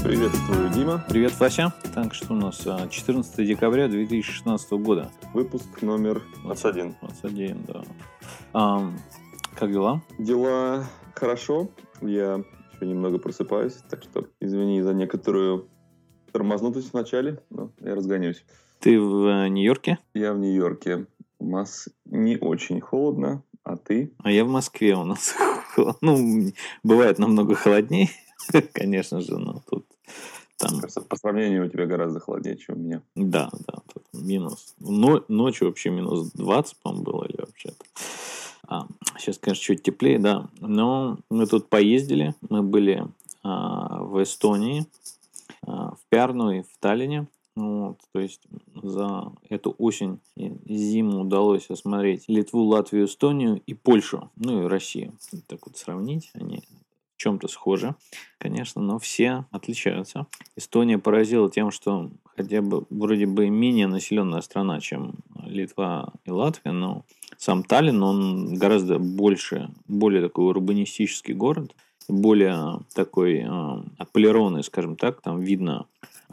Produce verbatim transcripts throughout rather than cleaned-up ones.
Приветствую, Дима. Привет, Вася. Так, что у нас а, четырнадцатое декабря две тысячи шестнадцатого года. Выпуск номер двадцать один. двадцать один, да. Ам, как дела? Дела хорошо. Я еще немного просыпаюсь, так что извини за некоторую тормознутость в начале, но я разгонюсь. Ты в э, Нью-Йорке? Я в Нью-Йорке. У нас не очень холодно, а ты? А я в Москве. У нас хо- ну, бывает намного холоднее, конечно же, но тут там, Кажется, по сравнению у тебя гораздо холоднее, чем у меня. да, да, тут минус. Но, ночью вообще минус двадцать, по-моему, было или вообще-то. А, сейчас, конечно, чуть теплее, да. Но мы тут поездили. Мы были а, в Эстонии, а, в Пярну и в Таллине. Вот, то есть за эту осень и зиму удалось осмотреть Литву, Латвию, Эстонию и Польшу, ну и Россию. Вот так вот сравнить, они в чем-то схожи, конечно, но все отличаются. Эстония поразила тем, что хотя бы вроде бы менее населенная страна, чем Литва и Латвия, но сам Таллин, он гораздо больше, более такой урбанистический город, более такой э, отполированный, скажем так, там видно,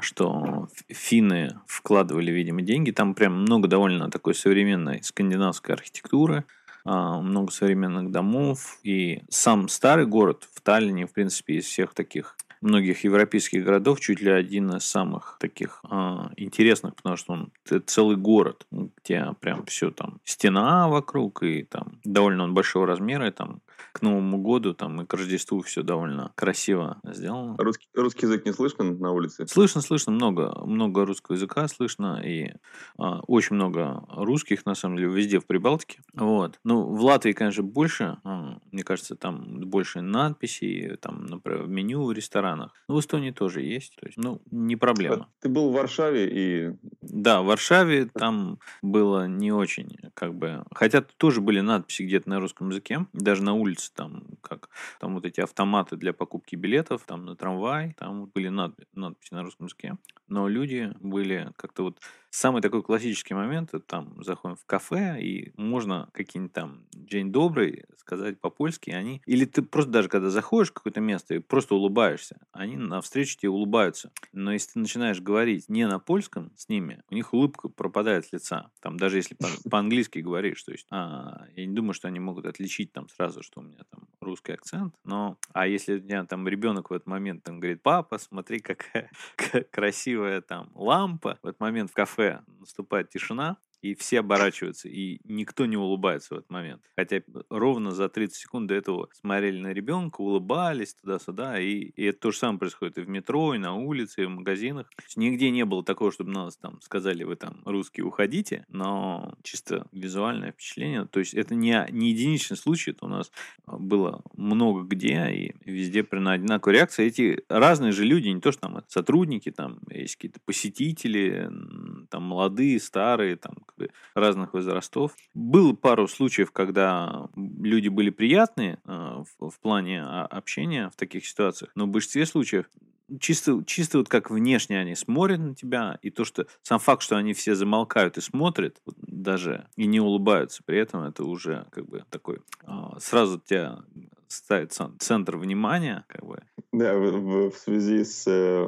что финны вкладывали, видимо, деньги. Там прям много довольно такой современной скандинавской архитектуры, а, много современных домов. И сам старый город в Таллине, в принципе, из всех таких многих европейских городов чуть ли один из самых таких а, интересных, потому что он это целый город, где прям все там стена вокруг, и там довольно он большого размера, и там к Новому году там и к Рождеству все довольно красиво сделано. Русский, русский язык не слышно на улице? Слышно, слышно, много, много русского языка слышно, и а, очень много русских, на самом деле, везде в Прибалтике. Вот. Ну, в Латвии, конечно, больше, а, мне кажется, там больше надписей, там, например, в меню в ресторанах. Но в Эстонии тоже есть, то есть, ну, не проблема. Ты был в Варшаве и... Да, в Варшаве там было не очень, как бы, хотя тоже были надписи где-то на русском языке, даже на улице там, как, там вот эти автоматы для покупки билетов, там на трамвай, там были над- надписи на русском языке, но люди были как-то вот самый такой классический момент, это там заходим в кафе, и можно какие-нибудь там «День добрый» сказать по-польски, они... Или ты просто даже когда заходишь в какое-то место и просто улыбаешься, они навстречу тебе улыбаются. Но если ты начинаешь говорить не на польском с ними, у них улыбка пропадает с лица. Там даже если по- по-английски говоришь, то есть а, я не думаю, что они могут отличить там сразу, что у меня там русский акцент, но... А если у меня там ребенок в этот момент там говорит: «Папа, смотри, какая к- красивая там лампа», в этот момент в кафе наступает тишина, и все оборачиваются, и никто не улыбается в этот момент. Хотя ровно за тридцать секунд до этого смотрели на ребенка, улыбались туда-сюда, и, и это то же самое происходит и в метро, и на улице, и в магазинах. То есть нигде не было такого, чтобы нас там сказали: «Вы там русские, уходите», но чисто визуальное впечатление. То есть это не, не единичный случай, это у нас было много где, и везде примерно одинаковая реакция. Эти разные же люди, не то что там сотрудники, там есть какие-то посетители, там молодые, старые, там как бы разных возрастов. Было пару случаев, когда люди были приятные э, в, в плане а, общения в таких ситуациях, но в большинстве случаев чисто, чисто вот как внешне они смотрят на тебя, и то, что сам факт, что они все замолкают и смотрят, вот, даже и не улыбаются, при этом это уже как бы такой э, сразу тебя ставит центр внимания, как бы. Да, в, в- в связи с, э,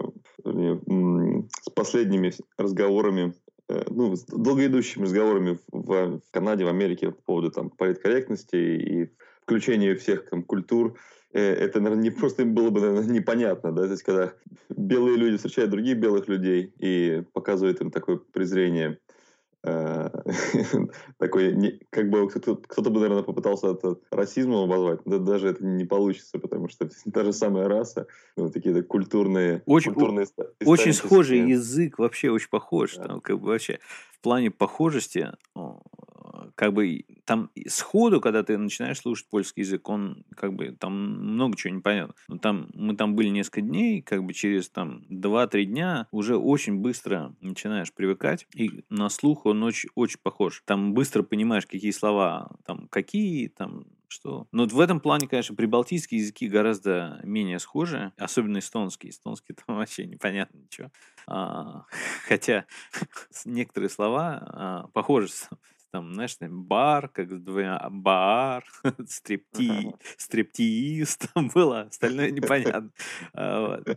м, с последними разговорами, э, ну, с долгоидущими разговорами в, в Канаде, в Америке по поводу там политкорректности и включения всех там культур, э, это, наверное, не просто им было бы, наверное, непонятно, да, то есть когда белые люди встречают других белых людей и показывают им такое презрение, э, такой, не- как бы кто-то, кто-то бы, наверное, попытался это расизмом обозвать, но даже это не получится, потому что та же самая раса, ну, такие культурные, Очень, культурные иста- очень схожий исторические. язык, вообще очень похож. Да. Там, как бы вообще в плане похожести, о, как бы и там и сходу, когда ты начинаешь слушать польский язык, он как бы там много чего непонятно. Но там мы там были несколько дней, как бы через там два-три дня уже очень быстро начинаешь привыкать, и на слух он очень, очень похож. Там быстро понимаешь, какие слова там какие, там что. Но вот в этом плане, конечно, прибалтийские языки гораздо менее схожи, особенно эстонский. Эстонский там вообще непонятно ничего. А, хотя некоторые слова а, похожи с, там, знаешь, там, бар, как с двумя, бар, стрипти, стриптиз там было, остальное непонятно. А, вот.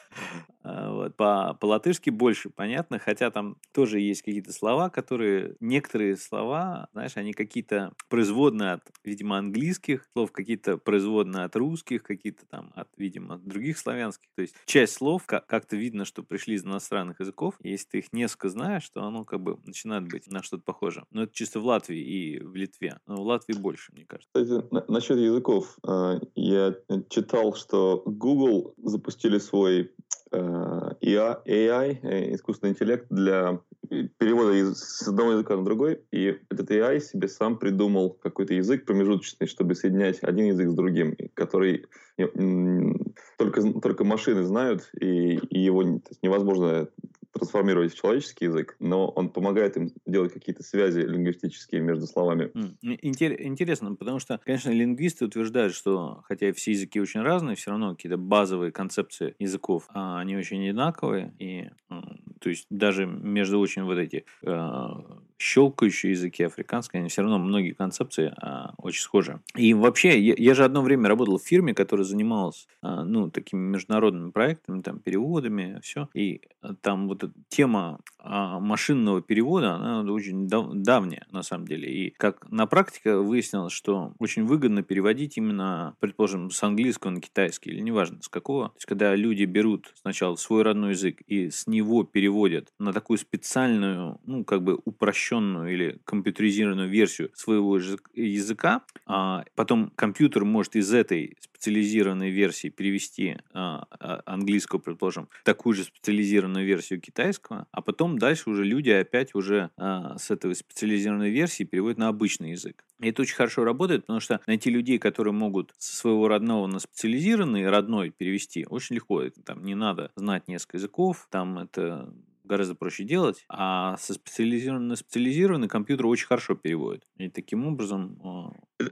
А, вот. По, по-латышски больше понятно, хотя там тоже есть какие-то слова, которые, некоторые слова, знаешь, они какие-то производные от, видимо, английских слов, какие-то производные от русских, какие-то там от, видимо, от других славянских. То есть часть слов как- как-то видно, что пришли из иностранных языков. И если ты их несколько знаешь, то оно как бы начинает быть на что-то похоже. Но это чисто в Латвии и в Литве. Но в Латвии больше, мне кажется. Кстати, на- насчет языков. э, Я читал, что Google запустили свой э, эй ай, э, искусственный интеллект для перевода из- с одного языка на другой. И этот эй ай себе сам придумал какой-то язык промежуточный, чтобы соединять один язык с другим, и который э, м, только, только машины знают, и, и его не- то есть невозможно трансформировать в человеческий язык, но он помогает им делать какие-то связи лингвистические между словами. М, интер- Интересно, потому что, конечно, лингвисты утверждают, что, хотя и все языки очень разные, все равно какие-то базовые концепции языков, а, они очень одинаковые, и, м, то есть, даже между очень вот эти э, щелкающие языки африканские, они все равно многие концепции а, очень схожи. И вообще, я, я же одно время работал в фирме, которая занималась, а, ну, такими международными проектами, там, переводами, все, и э, там вот эта тема а, машинного перевода, она очень дав- давняя, на самом деле. И как на практике выяснилось, что очень выгодно переводить именно, предположим, с английского на китайский, или неважно с какого. То есть, когда люди берут сначала свой родной язык и с него переводят на такую специальную, ну, как бы упрощенную или компьютеризированную версию своего язык- языка, а потом компьютер может из этой специализированной версии перевести а, а, английского, предположим, в такую же специализированную версию китайского, а потом дальше уже люди опять уже а, с этой специализированной версии переводят на обычный язык. И это очень хорошо работает, потому что найти людей, которые могут со своего родного на специализированный родной перевести, очень легко. Это, там не надо знать несколько языков, там это гораздо проще делать, а со специализированный на специализированный компьютер очень хорошо переводит. И таким образом а,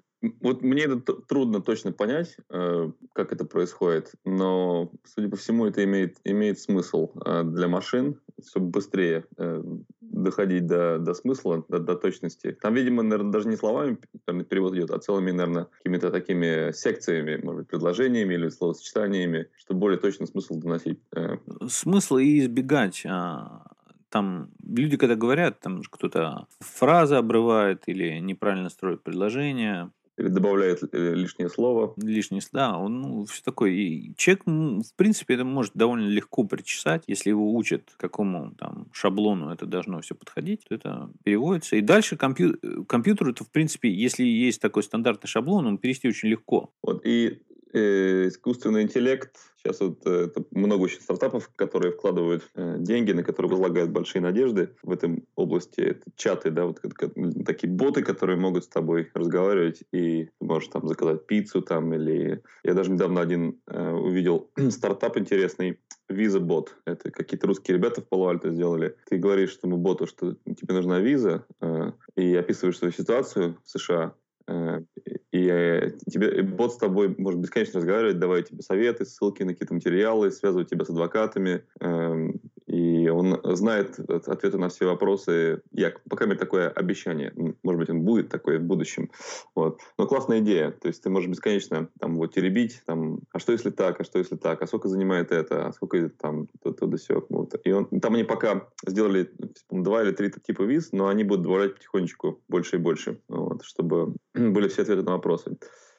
Вот мне это т- трудно точно понять, э, как это происходит, но, судя по всему, это имеет, имеет смысл э, для машин, чтобы быстрее э, доходить до, до смысла, до, до точности. Там, видимо, наверное, даже не словами там, перевод идет, а целыми, наверное, какими-то такими секциями, может быть, предложениями или словосочетаниями, чтобы более точно смысл доносить. Э, смысл и избегать. а, Там люди, когда говорят, там кто-то фразы обрывает или неправильно строит предложение, Или добавляет э, лишнее слово. лишний, с- да, он, ну, все такое. И человек, м, в принципе, это может довольно легко причесать, если его учат какому там шаблону это должно все подходить, то это переводится. И дальше компью... э, компьютеру это, в принципе, если есть такой стандартный шаблон, он перевести очень легко. Вот, и э, искусственный интеллект, сейчас вот э, это много очень стартапов, которые вкладывают э, деньги, на которые возлагают большие надежды в этом области. Это чаты, да, вот как- как- такие боты, которые могут с тобой разговаривать, и ты можешь там заказать пиццу там, или... Я даже недавно один э, увидел стартап интересный, Виза-бот. Это какие-то русские ребята в Пало-Альто сделали. Ты говоришь этому боту, что тебе нужна виза, э, и описываешь свою ситуацию в США, э, и э, тебе и бот с тобой может бесконечно разговаривать, давать тебе советы, ссылки на какие-то материалы, связывать тебя с адвокатами. эм, И он знает от- ответы на все вопросы. Я, по крайней мере, такое обещание. М, Может быть, он будет такой в будущем. Вот. Но классная идея. То есть ты можешь бесконечно там вот теребить, там, а что если так, а что если так, а сколько занимает это, а сколько там то, то да сё. Вот. И он, там они пока сделали по-моему, два или три типа виз, но они будут добавлять потихонечку больше и больше, вот, чтобы были все ответы на вопросы.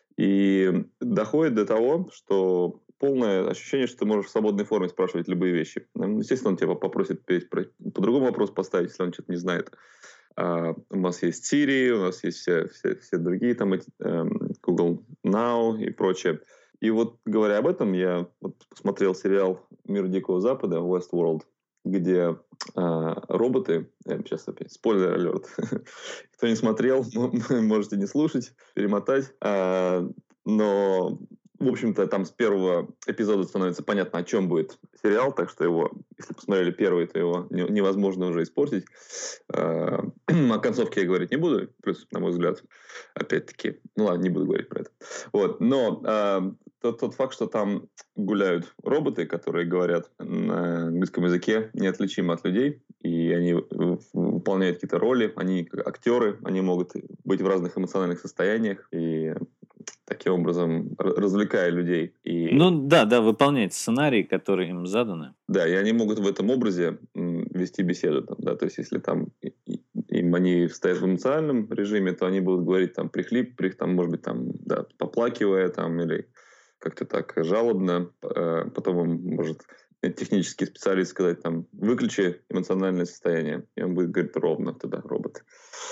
И доходит до того, что полное ощущение, что ты можешь в свободной форме спрашивать любые вещи. Ну, естественно, он тебя попросит опять про- по-другому вопрос поставить, если он что-то не знает. А, у нас есть Siri, у нас есть все, все, все другие, там, эти, эм, Google Now и прочее. И вот, говоря об этом, я вот посмотрел сериал «Мир Дикого Запада», Westworld, где а, роботы, э, сейчас опять спойлер алерт, кто не смотрел, можете не слушать, перемотать, А, но, в общем-то, там с первого эпизода становится понятно, о чем будет сериал, так что его, если посмотрели первый, то его не- невозможно уже испортить. А, О концовке я говорить не буду, плюс, на мой взгляд, опять-таки, ну ладно, не буду говорить про это. Вот, но а, тот, тот факт, что там гуляют роботы, которые говорят на английском языке, неотличимы от людей, и и они э, выполняют какие-то роли, они как актеры, они могут быть в разных эмоциональных состояниях, и таким образом р- развлекая людей. И, Ну да, да, выполнять сценарии, которые им заданы. да, и они могут в этом образе м, вести беседу. Там, да, то есть, если там и- и- им они стоят в эмоциональном режиме, то они будут говорить там прихлип, прих, там, может быть, там, да, поплакивая там, или как-то так жалобно. Э, Потом он может технический специалист сказать там выключи эмоциональное состояние, и он будет говорить ровно тогда робот.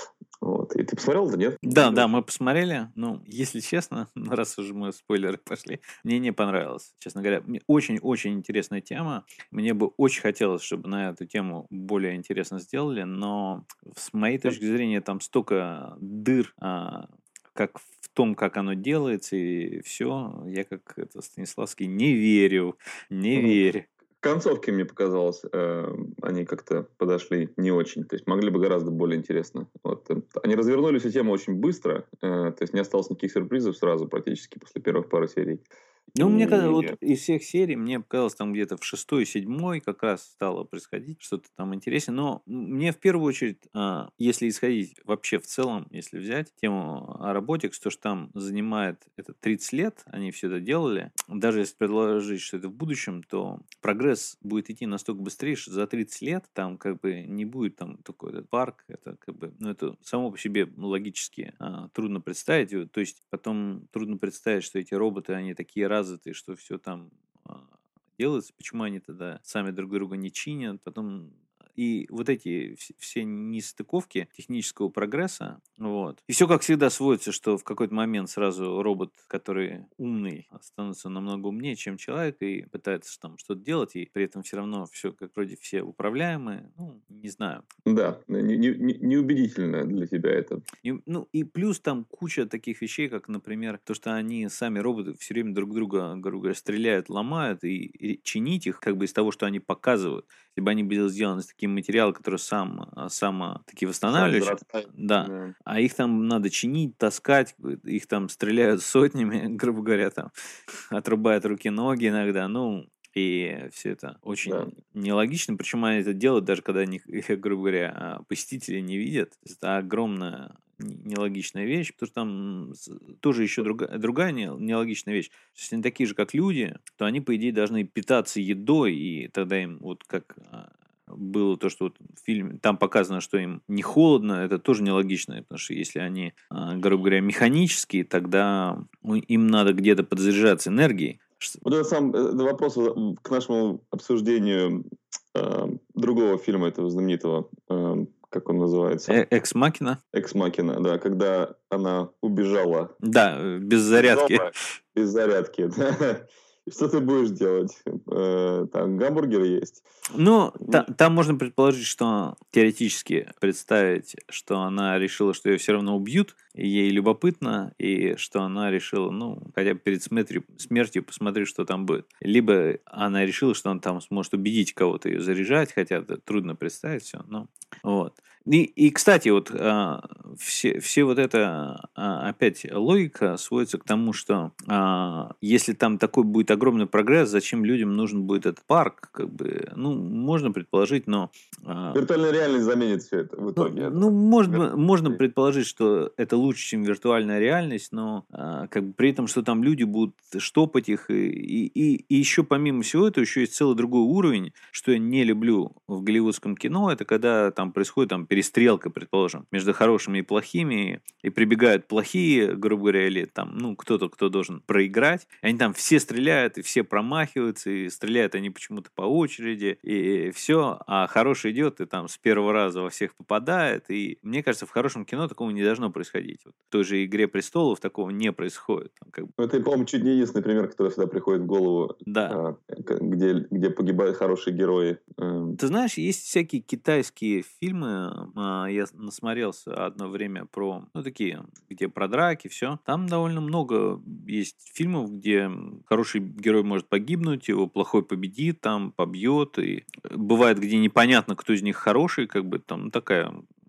Вот. И ты посмотрел это, нет? Да, да, мы посмотрели. Ну, если честно, ну, раз уже мы в спойлеры пошли, мне не понравилось, честно говоря. Мне очень-очень интересная тема. Мне бы очень хотелось, чтобы на эту тему более интересно сделали, но с моей точки зрения там столько дыр, а, как в том, как оно делается, и все. Я как это Станиславский не верю, не Мгм. верю. В концовке, мне показалось, э, они как-то подошли не очень. То есть могли бы гораздо более интересно. Вот. э, Они развернули всю тему очень быстро. э, То есть не осталось никаких сюрпризов сразу практически после первых пары серий. Ну, мне И казалось, вот из всех серий, мне показалось, там где-то в шестой, седьмой как раз стало происходить что-то там интересное. Но мне в первую очередь, а, если исходить вообще в целом, если взять тему о Robotics, то, что там занимает это тридцать лет, они все это делали. Даже если предположить, что это в будущем, то прогресс будет идти настолько быстрее, что за тридцать лет там как бы не будет там такой этот парк. Это как бы, ну, это само по себе логически а, трудно представить. И, то есть потом трудно представить, что эти роботы, они такие развитые, что все там а, делается, почему они тогда сами друг друга не чинят, потом и вот эти вс- все нестыковки технического прогресса, вот. И все, как всегда, сводится, что в какой-то момент сразу робот, который умный, становится намного умнее, чем человек, и пытается там что-то делать, и при этом все равно все как вроде все управляемые. Ну, не знаю. да, не- не- не- неубедительно для тебя это. И, ну, и плюс там куча таких вещей, как, например, то, что они сами роботы все время друг друга, грубо говоря, стреляют, ломают, и, и чинить их как бы из того, что они показывают. Если бы они были сделаны из таких материалов, которые сам, а, само таки восстанавливающие, Самозарастает. да, Да. а их там надо чинить, таскать, их там стреляют сотнями, грубо говоря, там отрубают руки-ноги иногда, ну, и все это очень Да. нелогично, причем они это делают даже когда они, грубо говоря, а, посетители не видят. То есть это огромная н- нелогичная вещь, потому что там с- тоже еще другая, другая не- нелогичная вещь. Если они такие же, как люди, то они, по идее, должны питаться едой, и тогда им вот как а, было то, что вот в фильме, там показано, что им не холодно, это тоже нелогично, потому что если они, а, грубо говоря, механические, тогда у- им надо где-то подзаряжаться энергией. Ш- Вот это сам э, вопрос э, к нашему обсуждению э, другого фильма этого знаменитого, э, как он называется, э- Экс-макина. «Экс Махина», да, когда она убежала Да, э, без из зарядки. дома без зарядки. да. И что ты будешь делать? Э, Там гамбургеры есть. Ну, Ну, та- там можно предположить, что теоретически представить, что она решила, что ее все равно убьют, и ей любопытно, и что она решила, ну, хотя бы перед смертью, смертью посмотреть, что там будет. Либо она решила, что он там сможет убедить кого-то ее заряжать, хотя это трудно представить все, но вот. И, и кстати, вот а, все, все вот это, а, опять логика сводится к тому, что а, если там такой будет огромный прогресс, зачем людям нужен будет этот парк, как бы, ну, можно предположить, но а, Виртуальная реальность заменит все это в ну, итоге. Это ну, можно, вир- можно предположить, что это лучше, чем виртуальная реальность, но а, как бы при этом, что там люди будут штопать их. И, и, и, и еще помимо всего этого, еще есть целый другой уровень, что я не люблю в голливудском кино, это когда там происходит там, перестрелка, предположим, между хорошими и плохими, и прибегают плохие, грубо говоря, или там, ну, кто-то, кто должен проиграть. И они там все стреляют, и все промахиваются, и стреляют они почему-то по очереди, и все, а хороший идет, и там с первого раза во всех попадает, и мне кажется, в хорошем кино такого не должно происходить. Вот в той же «Игре престолов» такого не происходит. Там как бы, Ну, это, по-моему, чуть не единственный пример, который всегда приходит в голову, да. а, к- где, где погибают хорошие герои. Эм, Ты знаешь, есть всякие китайские фильмы, а, я насмотрелся одно время про, ну, такие, где про драки, все. Там довольно много есть фильмов, где хороший герой может погибнуть, его плохой победит, там побьет, и бывает, где непонятно, кто из них хороший, как бы там, ну, такая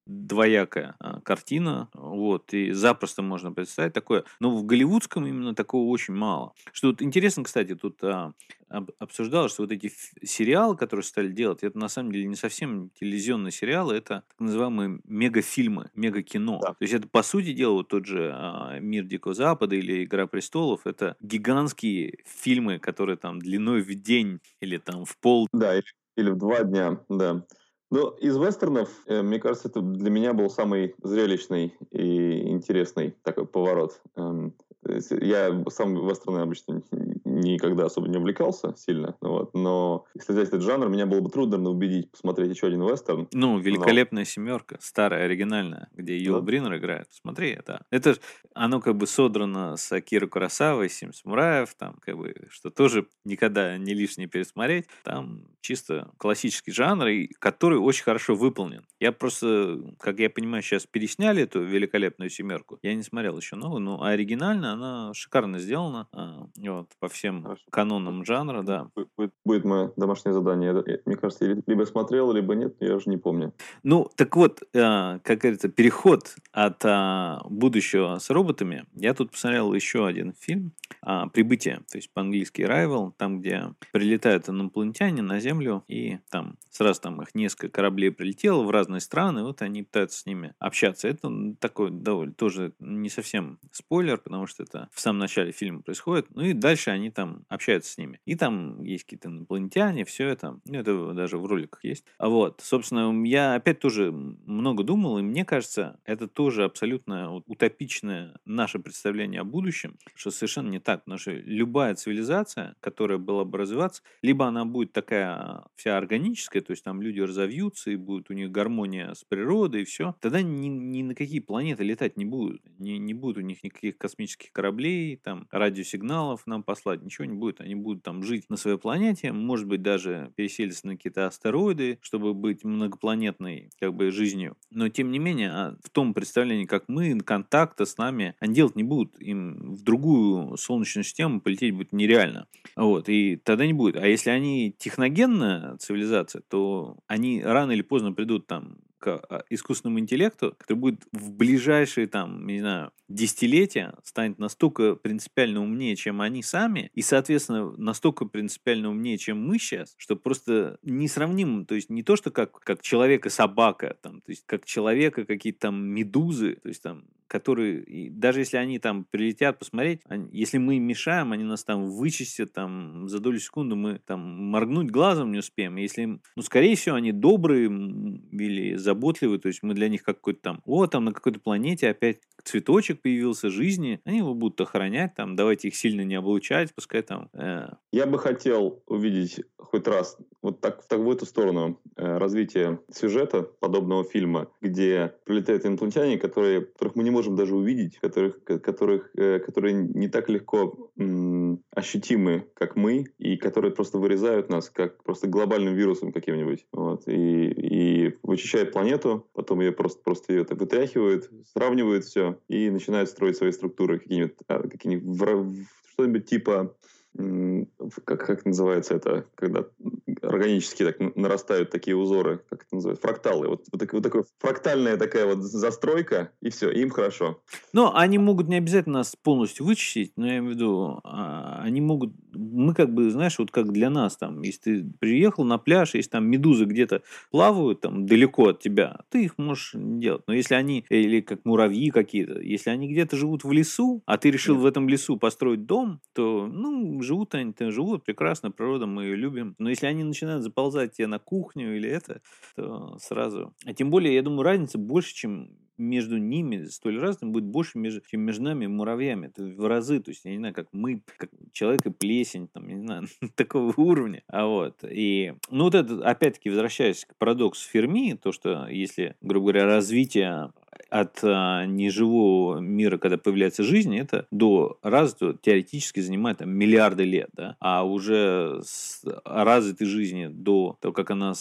двоякая а, картина, вот, и запросто можно представить такое, но в голливудском именно такого очень мало. Что вот интересно, кстати, тут а, об- обсуждалось, что вот эти ф- сериалы, которые стали делать, это на самом деле не совсем телевизионные сериалы, это так называемые мегафильмы, мегакино. Да. То есть это, по сути дела, вот тот же а, «Мир Дикого Запада» или «Игра престолов», это гигантские фильмы, которые там длиной в день или там в пол. Да, или, или в два дня, да. Но из вестернов, э, мне кажется, это для меня был самый зрелищный и интересный такой поворот. Эм, то есть я сам в вестерны обычно никогда особо не увлекался сильно, вот, но если взять этот жанр, меня было бы трудно убедить посмотреть еще один вестерн. Ну, Но, «Великолепная семерка», старая, оригинальная, где Йоэл да, Бриннер играет. Смотри, это, это ж- оно как бы содрано с Акиры Куросавой, «Семь самураев», там, как бы, что тоже никогда не лишнее пересмотреть. Там чисто классический жанр, и который очень хорошо выполнен. Я просто, как я понимаю, сейчас пересняли эту «Великолепную семерку». Я не смотрел еще новую, но оригинально она шикарно сделана. а, Вот, по всем хорошо. канонам жанра, да. Будет, будет- будет мое домашнее задание. Это, э, Мне кажется, я либо смотрел, либо нет, я уже не помню. Ну, так вот, а, как говорится, переход от а, будущего с роботами. Я тут посмотрел еще один фильм а, «Прибытие», то есть по-английски «Arrival», там, где прилетают инопланетяне на Землю, и там сразу там их несколько кораблей прилетело в разные страны, вот они пытаются с ними общаться. Это м, такой довольно тоже не совсем спойлер, потому что это в самом начале фильма происходит. Ну и дальше они там общаются с ними. И там есть какие-то инопланетяне, все это. Ну, это даже в роликах есть. А вот, собственно, я опять тоже много думал, и мне кажется, это тоже абсолютно вот утопичное наше представление о будущем, что совершенно не так, потому что любая цивилизация, которая была бы развиваться, либо она будет такая вся органическая, то есть там люди разовьются, и будет у них гармония с природой, и все, тогда ни, ни на какие планеты летать не будут, не, не будет у них никаких космических кораблей, там, радиосигналов нам послать, ничего не будет, они будут там жить на своей планете, может быть, даже переселиться на какие-то астероиды, чтобы быть многопланетной, как бы, жизнью. Но, тем не менее, а, в том представлении, как мы, контакта с нами, они делать не будут. Им в другую солнечную систему полететь будет нереально. Вот, и тогда не будет. А если они техногенная цивилизация, то они рано или поздно придут там к а, искусственному интеллекту, который будет в ближайшие, там, не знаю, десятилетия станет настолько принципиально умнее, чем они сами, и, соответственно, настолько принципиально умнее, чем мы сейчас, что просто несравнимо. То есть не то, что как, как человек и собака, там, то есть как человека какие-то там медузы, то есть там, которые, и даже если они там прилетят посмотреть, они, если мы им мешаем, они нас там вычистят там за долю секунды, мы там моргнуть глазом не успеем. Если, им- ну, скорее всего, они добрые м, или заботливые, то есть мы для них как какой-то там, о, там на какой-то планете опять цветочек появился жизни, они его будут охранять, там, давайте их сильно не облучать, пускай там... э, Я бы хотел увидеть хоть раз вот так, так в эту сторону э, развитие сюжета подобного фильма, где прилетают инопланетяне, которые, которых мы не можем даже увидеть, которых, ко- которых, э, которые не так легко м, ощутимы, как мы, и которые просто вырезают нас, как просто глобальным вирусом каким-нибудь. Вот, и, и вычищают планету, потом ее просто, просто ее так вытряхивают, сравнивают все и начинают строить свои структуры, какие-нибудь, а, какие-нибудь вра- что-нибудь типа м, в- как, как называется это, когда органически так н- нарастают такие узоры, как это называется, фракталы. Вот, вот, так- вот такая фрактальная такая вот застройка, и все, им хорошо. Но они могут не обязательно нас полностью вычистить, но я имею в виду, а, они могут, мы как бы, знаешь, вот как для нас там, если ты приехал на пляж, если там медузы где-то плавают там далеко от тебя, ты их можешь не делать. Но если они, или как муравьи какие-то, если они где-то живут в лесу, а ты решил Нет. в этом лесу построить дом, то, ну, живут они-то, живут прекрасно, природа, мы ее любим. Но если они начинают заползать тебе на кухню или это, то сразу. А тем более, я думаю, разница больше, чем между ними столь разным будет больше, между, чем между нами и муравьями. Это в разы. То есть, я не знаю, как мы, как человек и плесень, там, я не знаю, такого уровня. А вот. И, ну, вот это, опять-таки, возвращаясь к парадоксу Ферми, то, что если, грубо говоря, развитие от а, неживого мира, когда появляется жизнь, это до развитого теоретически занимает там, миллиарды лет, да, а уже с развитой жизни до того, как она с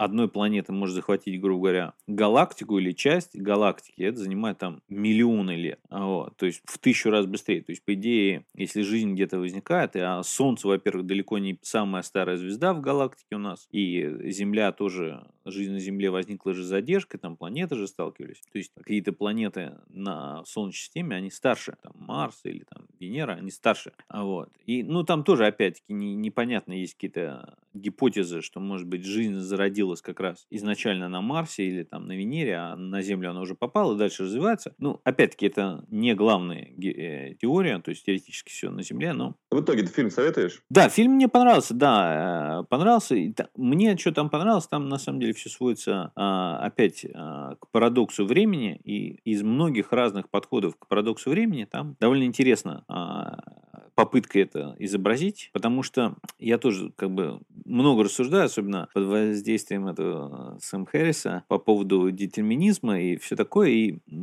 одной планеты может захватить, грубо говоря, галактику или часть галактики, это занимает там миллионы лет. Вот. То есть в тысячу раз быстрее. То есть, по идее, если жизнь где-то возникает, а Солнце, во-первых, далеко не самая старая звезда в галактике у нас, и Земля тоже, жизнь на Земле возникла же с задержкой, там планеты же сталкивались. То есть какие-то планеты на Солнечной системе, они старше. Там Марс или там Венера, они старше. А вот. И, ну, там тоже, опять-таки, не, непонятно, есть какие-то гипотезы, что, может быть, жизнь зародилась как раз изначально на Марсе или там на Венере, а на Землю она уже попала и дальше развивается. Ну, опять-таки, это не главная э, теория, то есть теоретически все на Земле, но... В итоге ты фильм советуешь? Да, фильм мне понравился, да, э, понравился. И та- мне что там понравилось, там на самом деле все сводится а, опять а, к парадоксу времени, и из многих разных подходов к парадоксу времени там довольно интересно а, попытка это изобразить, потому что я тоже как бы много рассуждаю, особенно под воздействием этого Сэма Хэрриса по поводу детерминизма и все такое, и у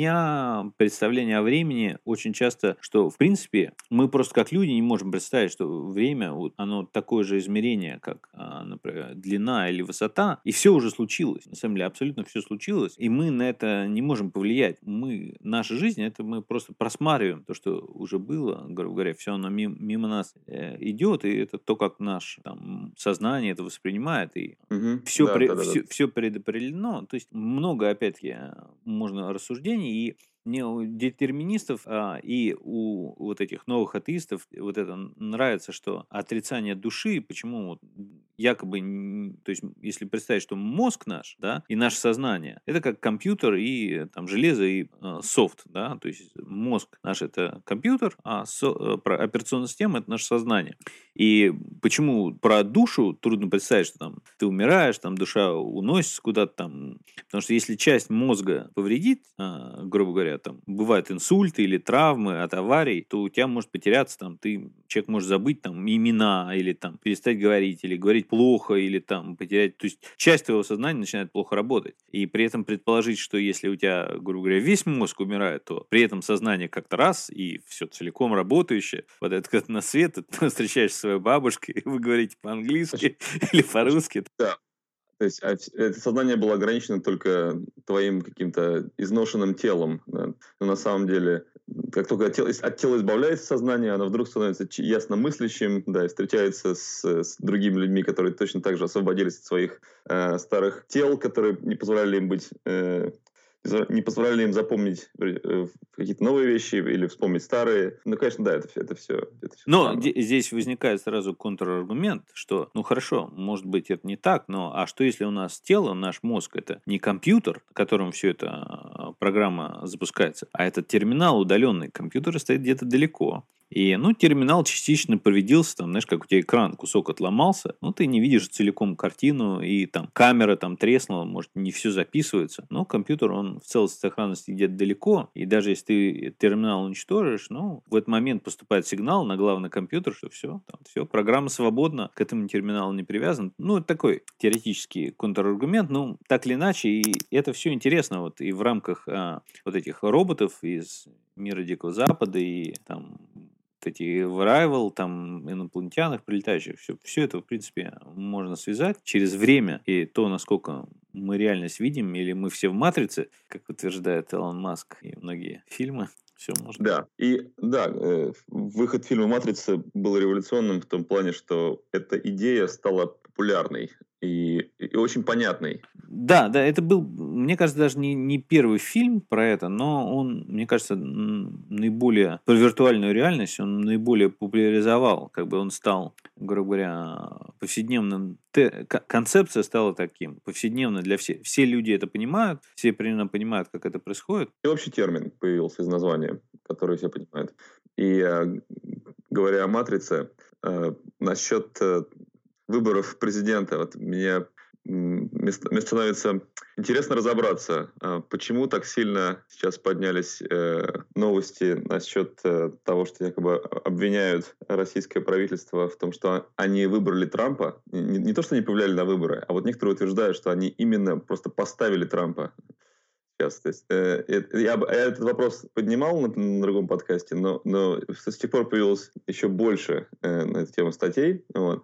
меня представление о времени очень часто, что в принципе мы просто как люди не можем представить, что время, вот, оно такое же измерение, как, а, например, длина или высота, и все уже случилось, на самом деле абсолютно все случилось, и мы на это не можем повлиять. Мы, наша жизнь, это мы просто просматриваем то, что уже было, грубо говоря, все оно мимо, мимо нас э, идет, и это то, как наше там, сознание это воспринимает, и Угу. все, Да, пре- да, да, да. все, все предопределено. То есть много, опять-таки, э, можно рассуждений, и мне у детерминистов а, и у вот этих новых атеистов вот это нравится, что отрицание души, почему вот якобы, н- то есть если представить, что мозг наш, да, и наше сознание, это как компьютер и там железо и э, софт, да, то есть мозг наш это компьютер, а со- э, про- операционная система это наше сознание. И почему про душу трудно представить, что там ты умираешь, там душа уносится куда-то там, потому что если часть мозга повредит, а, грубо говоря, там бывают инсульты или травмы от аварий, то у тебя может потеряться там, ты человек может забыть там имена или там перестать говорить или говорить плохо или там потерять, то есть часть твоего сознания начинает плохо работать. И при этом предположить, что если у тебя, грубо говоря, весь мозг умирает, то при этом сознание как-то раз и все целиком работающее, вот это как на свет, ты встречаешься с своей бабушкой, и вы говорите по-английски или по-русски. Да. То есть а вс- это сознание было ограничено только твоим каким-то изношенным телом. Да. Но на самом деле, как только от тела, от тела избавляется сознание, оно вдруг становится ч- ясномыслящим, да, и встречается с, с другими людьми, которые точно так же освободились от своих э, старых тел, которые не позволяли им быть... э, за- не позволяли им запомнить э, какие-то новые вещи или вспомнить старые. Ну, конечно, да, это, все- это все, это все Но странно. де- здесь возникает сразу контраргумент, что, ну хорошо, может быть это не так, но а что если у нас тело, наш мозг, это не компьютер, на котором все это а, программа запускается, а это терминал удаленный, компьютер стоит где-то далеко. И, ну, терминал частично повредился, там, знаешь, как у тебя экран, кусок отломался, ну, ты не видишь целиком картину, и там камера там треснула, может, не все записывается, но компьютер, он в целости и сохранности где-то далеко, и даже если ты терминал уничтожишь, ну, в этот момент поступает сигнал на главный компьютер, что все, там, все, программа свободна, к этому терминалу не привязан. Ну, это такой теоретический контраргумент, ну, так или иначе, и это все интересно, вот, и в рамках а, вот этих роботов из мира Дикого Запада, и там вот эти в Arrival, там, инопланетянах прилетающих, все, все это, в принципе, можно связать через время и то, насколько мы реальность видим, или мы все в «Матрице», как утверждает Илон Маск и многие фильмы, все можно. Да, и да, э, выход фильма «Матрица» был революционным в том плане, что эта идея стала популярной и, и очень понятной. Да, да, это был, мне кажется, даже не, не первый фильм про это, но он, мне кажется, м, наиболее про виртуальную реальность он наиболее популяризовал, как бы он стал, грубо говоря, повседневным. Те- к- концепция стала таким, повседневной для всех. Все люди это понимают, все примерно понимают, как это происходит. И общий термин появился из названия, который все понимают. И э, говоря о «Матрице», э, насчет э, выборов президента, вот меня, м, мне ст- мне становится интересно разобраться, а, почему так сильно сейчас поднялись э, новости насчет э, того, что якобы обвиняют российское правительство в том, что они выбрали Трампа. Не, не то, что они повлияли на выборы, а вот некоторые утверждают, что они именно просто поставили Трампа. Сейчас, то есть, э, это- я, б- я этот вопрос поднимал на, на другом подкасте, но, но с тех пор появилось еще больше э, на эту тему статей. Вот. И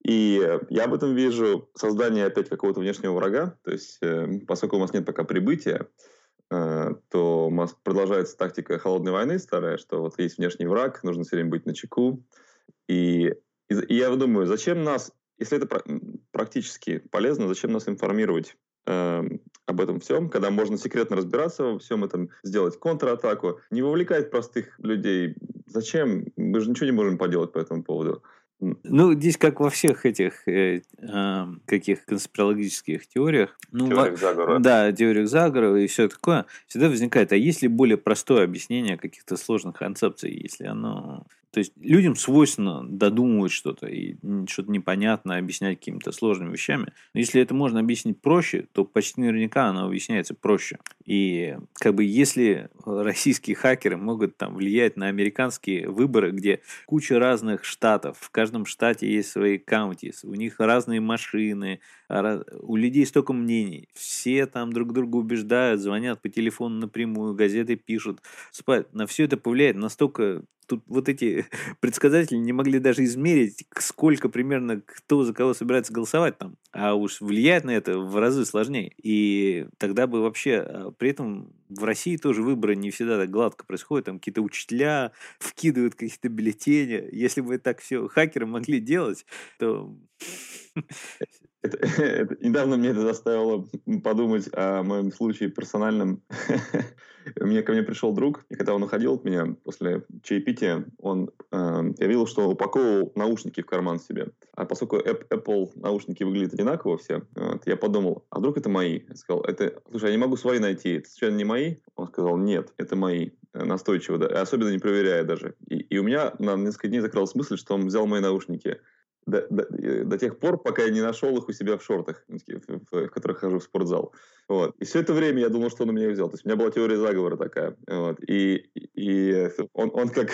И я в этом вижу создание опять какого-то внешнего врага. То есть, э, поскольку у нас нет пока прибытия, э, то у нас продолжается тактика холодной войны старая, что вот есть внешний враг, нужно все время быть начеку. И, и, и я думаю, зачем нас, если это пра- практически полезно, зачем нас информировать э, об этом всем, когда можно секретно разбираться во всем этом, сделать контратаку, не вовлекать простых людей. Зачем? Мы же ничего не можем поделать по этому поводу. Ну, здесь, как во всех этих э, э, каких конспирологических теориях, ну, Теориях во- заговора. да, теориях заговора и все такое, всегда возникает, а есть ли более простое объяснение каких-то сложных концепций, если оно... То есть людям свойственно додумывать что-то и м, что-то непонятное объяснять какими-то сложными вещами. Но если это можно объяснить проще, то почти наверняка оно объясняется проще. И как бы если российские хакеры могут там влиять на американские выборы, где куча разных штатов, в каждом штате есть свои counties, у них разные машины, раз- у людей столько мнений, все там друг друга убеждают, звонят по телефону напрямую, газеты пишут, спать. На все это повлияет настолько... Тут вот эти предсказатели не могли даже измерить, сколько примерно кто за кого собирается голосовать там. А уж влияет на это в разы сложнее. И тогда бы вообще... а При этом в России тоже выборы не всегда так гладко происходят. Там какие-то учителя вкидывают какие-то бюллетени. Если бы так все хакеры могли делать, то... Это, это, недавно мне это заставило подумать о моем случае персональном. Мне ко мне пришел друг, и когда он уходил от меня после чаепития, он, э, я видел, что он упаковывал наушники в карман себе. А поскольку Apple наушники выглядят одинаково все, вот, я подумал, а вдруг это мои? Я сказал, это, слушай, я не могу свои найти, это случайно не мои? Он сказал, нет, это мои. Настойчиво, да, особенно не проверяя даже. И, и у меня на несколько дней закралась мысль, что он взял мои наушники. До, до, до тех пор, пока я не нашел их у себя в шортах, в, в, в которых хожу в спортзал. Вот. И все это время я думал, что он у меня взял. То есть у меня была теория заговора такая. Вот. И, и он, он как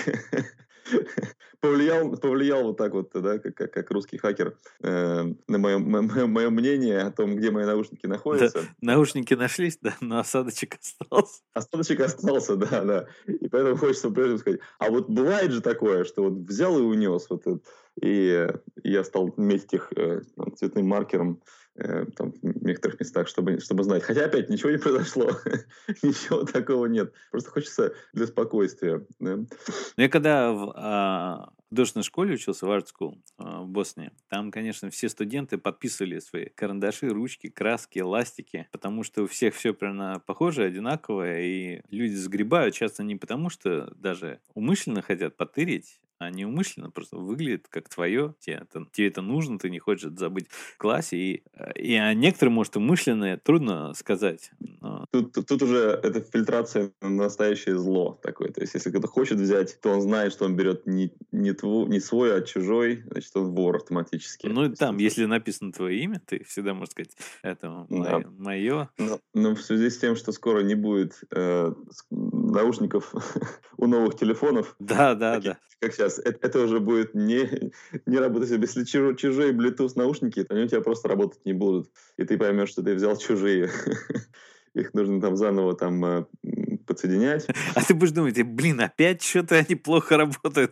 повлиял, повлиял вот так вот, да, как, как, как русский хакер, э, на мое, мое, мое мнение о том, где мои наушники находятся. Да, наушники нашлись, да, но осадочек остался. Остаточек остался, да, да. И поэтому хочется прежде сказать, а вот бывает же такое, что вот взял и унес вот это, и я стал метить их э, там, цветным маркером э, там, в некоторых местах, чтобы, чтобы знать. Хотя опять ничего не произошло, ничего такого нет. Просто хочется для спокойствия. Да? Я когда в а, художественной школе учился, в Art School а, в Боснии, там, конечно, все студенты подписывали свои карандаши, ручки, краски, ластики, потому что у всех все примерно похожее, одинаковое, и люди сгребают часто не потому, что даже умышленно хотят потырить, а не умышленно, просто выглядит как твое, тебе это, тебе это нужно, ты не хочешь это забыть в классе, и, и а некоторые, может, умышленные, трудно сказать. Но... Тут, тут, тут уже это фильтрация на настоящее зло такое. То есть, если кто-то хочет взять, то он знает, что он берет не, не, твой, не свой, а чужой, значит, он вор автоматически. Ну, То там, есть, если написано твое имя, ты всегда можешь сказать, это да. мое. Но, но в связи с тем, что скоро не будет э, наушников у новых телефонов, Да, да, таких, да. как сейчас, это, это уже будет не, не работать. Если чужой, чужие Bluetooth наушники, то они у тебя просто работать не будут. И ты поймешь, что ты взял чужие. Их нужно там заново там э, подсоединять. А ты будешь думать, блин, опять что-то они плохо работают.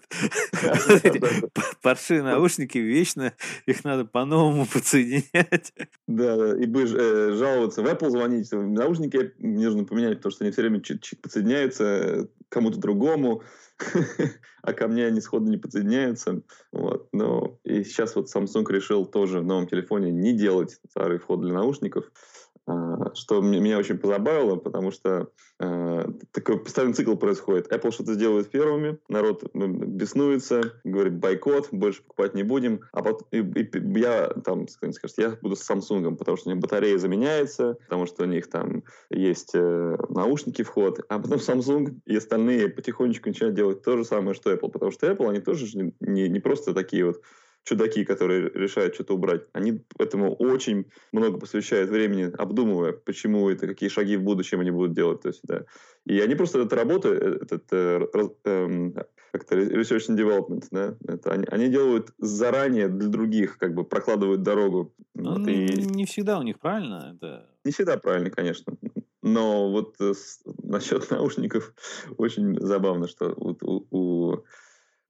Паршивые наушники, вечно их надо по-новому подсоединять. Да, да, и будешь э, жаловаться в Apple, звонить, наушники мне нужно поменять, потому что они все время чик-чик подсоединяются кому-то другому, а ко мне они сходу не подсоединяются. Вот. Но и сейчас вот Samsung решил тоже в новом телефоне не делать старый вход для наушников, что меня очень позабавило, потому что э, такой постоянный цикл происходит. Apple что-то сделает первыми, народ беснуется, говорит бойкот, больше покупать не будем. А потом и, и я там, скажет, я буду с Samsung, потому что у них батарея заменяется, потому что у них там есть э, наушники вход, а потом Samsung и остальные потихонечку начинают делать то же самое, что Apple, потому что Apple, они тоже не, не, не просто такие вот чудаки, которые решают что-то убрать. Они этому очень много посвящают времени, обдумывая, почему это, какие шаги в будущем они будут делать. То есть, да. И они просто эту работу, этот э, э, как-то research and development, да, это они, они делают заранее для других, как бы прокладывают дорогу. Ну, вот, не, и... не всегда у них правильно. Это... Не всегда правильно, конечно. Но вот э, с, насчет наушников очень забавно, что у, у, у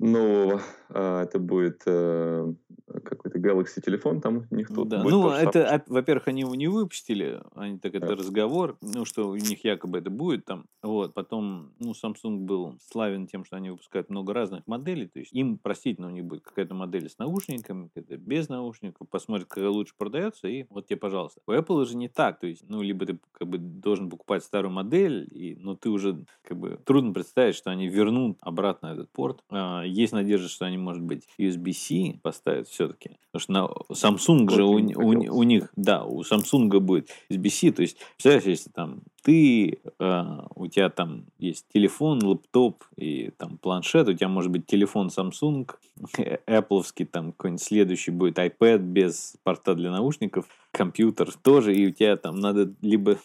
нового. А, это будет э, какой-то Galaxy телефон, там у них тут Да, будет ну, то же самое. это, оп- во-первых, они его не выпустили, они так Да. это разговор, ну, что у них якобы это будет там, вот, потом, ну, Samsung был славен тем, что они выпускают много разных моделей, то есть им, простительно, у них будет какая-то модель с наушниками, какая-то без наушников, посмотрят, какая лучше продается, и вот тебе, пожалуйста. У Apple же не так, то есть, ну, либо ты как бы должен покупать старую модель, и, но ты уже, как бы, трудно представить, что они вернут обратно этот порт. А, есть надежда, что они, может быть, ю эс би-C поставят все-таки, потому что на Samsung же у, Очень у- хотелось. у них, да, у Samsung будет ю эс би-C, то есть, представляешь, если там ты, а, у тебя там есть телефон, лэптоп и там планшет, у тебя может быть телефон Samsung, Apple'овский, там какой-нибудь следующий будет iPad без порта для наушников, компьютер тоже, и у тебя там надо либо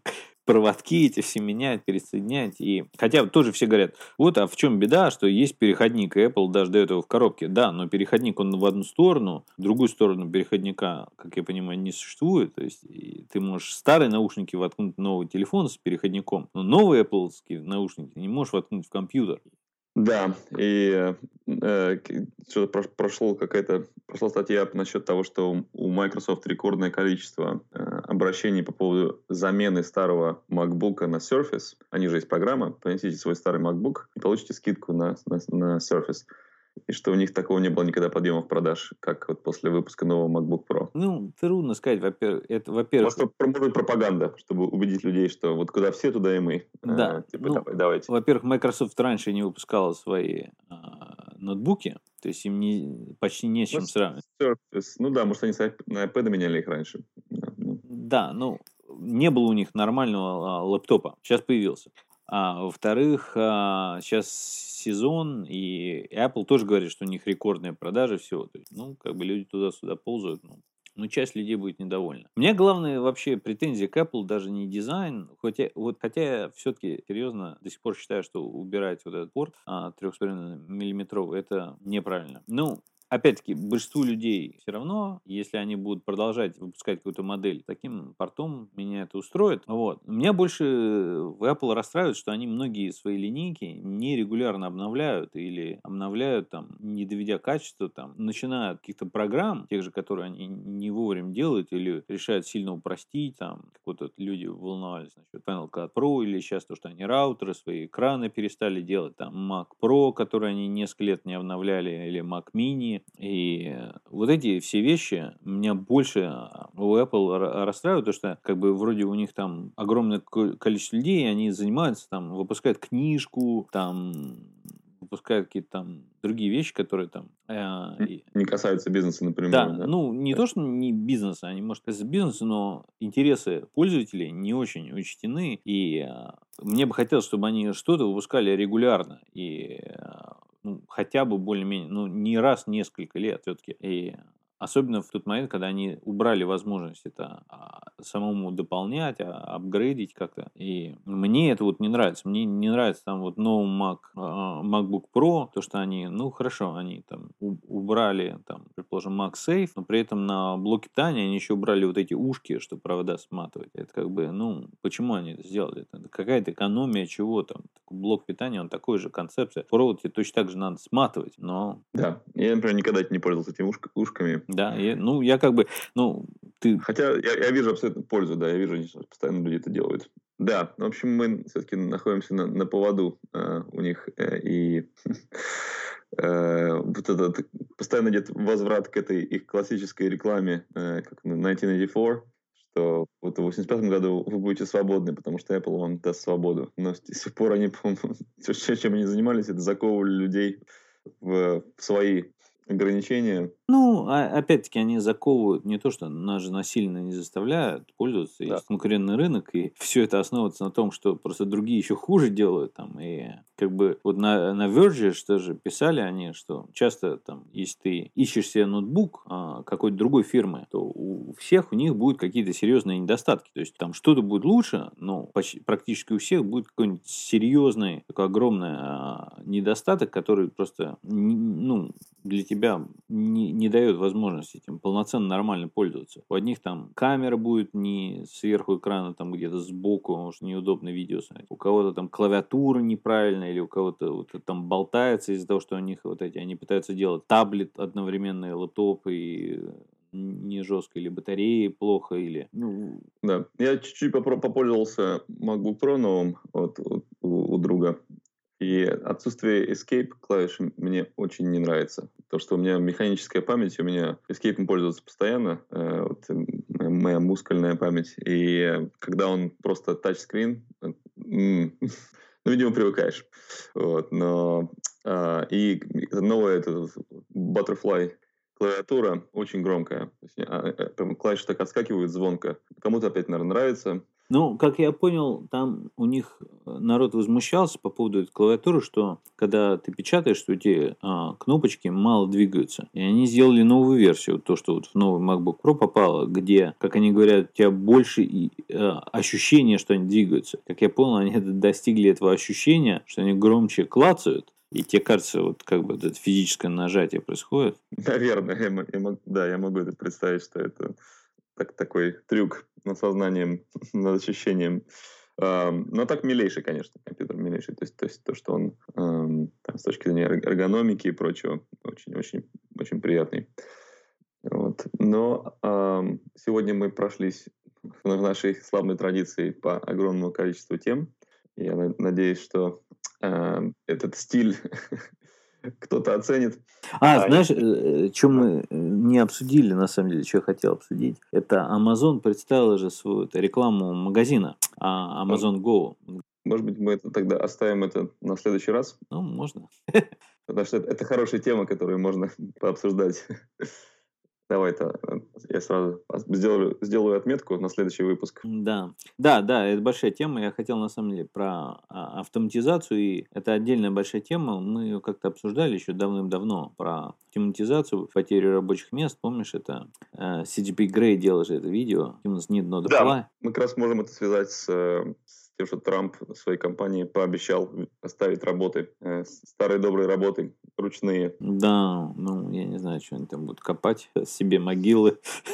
проводки эти все менять, пересоединять. И... Хотя тоже все говорят, вот, а в чем беда, что есть переходник, и Apple даже дает его в коробке. Да, но переходник, он в одну сторону, в другую сторону переходника, как я понимаю, не существует. То есть и ты можешь старые наушники воткнуть в новый телефон с переходником, но новые Apple-ские наушники ты не можешь воткнуть в компьютер. Да, и э, к- что-то прош- прошло какая-то прошла статья насчет того, что у Microsoft рекордное количество э, обращений по поводу замены старого MacBook на Surface. Они же есть программа, принесите свой старый MacBook и получите скидку на, на, на Surface. И что у них такого не было никогда подъемов продаж, как вот после выпуска нового MacBook Pro. Ну, трудно сказать, во-первых, это, Может, во-первых, это может пропаганда, чтобы убедить людей, что вот куда все, туда и мы. да, Э, типа, ну, давай, давайте. во-первых, Microsoft раньше не выпускала свои а, ноутбуки, то есть им не, почти не с Ну, чем сравнивать. Surface, ну да, может, они с iP- на iPad меняли их раньше. Да, ну. Да, ну, не было у них нормального а, лэптопа, сейчас появился. А во-вторых, а, сейчас сезон, и Apple тоже говорит, что у них рекордные продажи всего. То есть, ну, как бы люди туда-сюда ползают, ну, ну, часть людей будет недовольна. У меня главная вообще претензия к Apple даже не дизайн, хотя, вот, хотя я все-таки серьезно до сих пор считаю, что убирать вот этот порт а, три с половиной миллиметровый это неправильно. Ну, опять-таки, большинству людей все равно, если они будут продолжать выпускать какую-то модель таким портом, меня это устроит. Вот. Меня больше в Apple расстраивает, что они многие свои линейки нерегулярно обновляют или обновляют, там, не доведя качества, там, начиная от каких-то программ, тех же, которые они не вовремя делают или решают сильно упростить, там, как вот люди волновались насчет Final Cut Pro или сейчас то, что они раутеры, свои экраны перестали делать, там, Mac Pro, который они несколько лет не обновляли, или Mac Mini. И вот эти все вещи меня больше у Apple ра- расстраивают, потому что как бы вроде у них там огромное ко- количество людей, они занимаются там, выпускают книжку, там выпускают какие-то там другие вещи, которые там... э, и- Не касаются бизнеса да, напрямую, да. ну не то, что не бизнеса, они, может, касаются бизнеса, но интересы пользователей не очень учтены, и э, мне бы хотелось, чтобы они что-то выпускали регулярно, и э, ну, хотя бы более-менее, ну, не раз в несколько лет все-таки. И особенно в тот момент, когда они убрали возможность это а, самому дополнять, а, апгрейдить как-то. И мне это вот не нравится. Мне не нравится там вот новый Mac, а, MacBook Pro, то, что они, ну, хорошо, они там у- убрали, там, предположим, MagSafe, но при этом на блоке питания они еще убрали вот эти ушки, чтобы провода сматывать. Это как бы, ну, почему они это сделали? Это какая-то экономия чего там? Блок питания, он такой же концепция. Провод тебе точно так же надо сматывать, но Да, я, например, никогда не пользовался этими ушк- ушками. да, я- ну, я как бы, ну, ты, Хотя я, я вижу абсолютно пользу, да, я вижу, что постоянно люди это делают. Да, в общем, мы все-таки находимся на, на поводу э, у них, э, и э, вот этот постоянно идет возврат к этой их классической рекламе, э, как в тысяча девятьсот восемьдесят четыре, что вот в восемьдесят пятом году вы будете свободны, потому что Apple вам даст свободу. Но с тех пор они, по-моему, все, чем они занимались, это заковывали людей в, в свои ограничения. ну, а- опять-таки, они заковывают не то, что нас же насильно не заставляют пользоваться, Да. есть конкурентный рынок, и все это основывается на том, что просто другие еще хуже делают, там, и как бы вот на, на Verge, что же писали они, что часто там, если ты ищешь себе ноутбук а, какой-то другой фирмы, то у всех у них будут какие-то серьезные недостатки, то есть там что-то будет лучше, но почти, практически у всех будет какой-нибудь серьезный, такой огромный а, недостаток, который просто, н- ну, для тебя не, не дает возможности этим полноценно нормально пользоваться. У одних там камера будет не сверху экрана, там где-то сбоку, может неудобно видео смотреть. У кого-то там клавиатура неправильная или у кого-то вот там болтается из-за того, что у них вот эти, они пытаются делать таблет одновременно, и лэптоп, и не жестко, или батареи плохо, или... Ну... Да, я чуть-чуть попро- попользовался MacBook Pro новым вот, у, у друга. И отсутствие Escape клавиш мне очень не нравится. То, что у меня механическая память, у меня Escape пользуется постоянно, э, вот, моя мускульная память. И когда он просто тачскрин, э, ну, видимо, привыкаешь. Вот, но э, и новая эта Butterfly клавиатура очень громкая. То есть, а, а, клавиши так отскакивают звонко. Кому-то опять, наверное, нравится. Ну, как я понял, там у них народ возмущался по поводу этой клавиатуры, что когда ты печатаешь, что эти а, кнопочки мало двигаются. И они сделали новую версию, то, что вот в новый MacBook Pro попало, где, как они говорят, у тебя больше и, а, ощущения, что они двигаются. Как я понял, они достигли этого ощущения, что они громче клацают. И тебе кажется, вот как бы это физическое нажатие происходит? Наверное, я, я, да, я могу это представить, что это так, такой трюк над сознанием, над ощущением. Эм, но так милейший, конечно, компьютер милейший. То есть, то, есть то что он эм, там, с точки зрения эргономики и прочего, очень-очень очень приятный. Вот. Но эм, сегодня мы прошлись в нашей славной традиции по огромному количеству тем. Я надеюсь, что э, этот стиль кто-то оценит. А, а знаешь, и... что мы не обсудили, на самом деле, что я хотел обсудить, это Amazon представила же свою это, рекламу магазина Amazon Go. Может быть, мы это тогда оставим это на следующий раз? Ну, можно. Потому что это, это хорошая тема, которую можно пообсуждать. Давай-то я сразу сделаю, сделаю отметку на следующий выпуск. Да, да, да, это большая тема. Я хотел на самом деле про автоматизацию, и это отдельная большая тема. Мы ее как-то обсуждали еще давным-давно про автоматизацию, потерю рабочих мест. Помнишь, это э, си джи пи Grey делал же это видео. Humans need not apply. Да, мы как раз можем это связать с, с тем, что Трамп своей компании пообещал оставить работы, э, старые добрые работы, ручные. Да, ну, я не знаю, что они там будут копать себе могилы.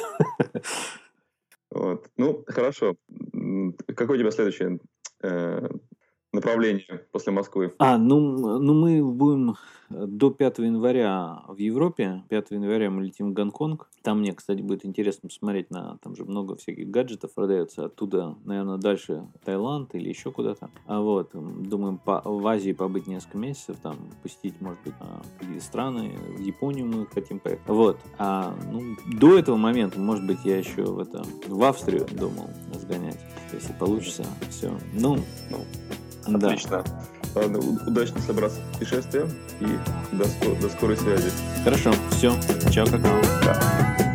Вот. Ну, хорошо. Какое у тебя следующее э, направление после Москвы? А, ну, ну мы будем до пятого января в Европе. пятого января мы летим в Гонконг. Там мне, кстати, будет интересно посмотреть на... Там же много всяких гаджетов продается. Оттуда, наверное, дальше Таиланд или еще куда-то. А вот, думаем, по, в Азии побыть несколько месяцев. Там посетить, может быть, другие страны. В Японию мы хотим поехать. Вот. А ну, до этого момента, может быть, я еще в, это, в Австрию думал сгонять. Если получится. Все. Ну, ну отлично. Да. Ладно, удачно собраться в путешествие и до, до скорой связи. Хорошо, все. Чао, какао. Да.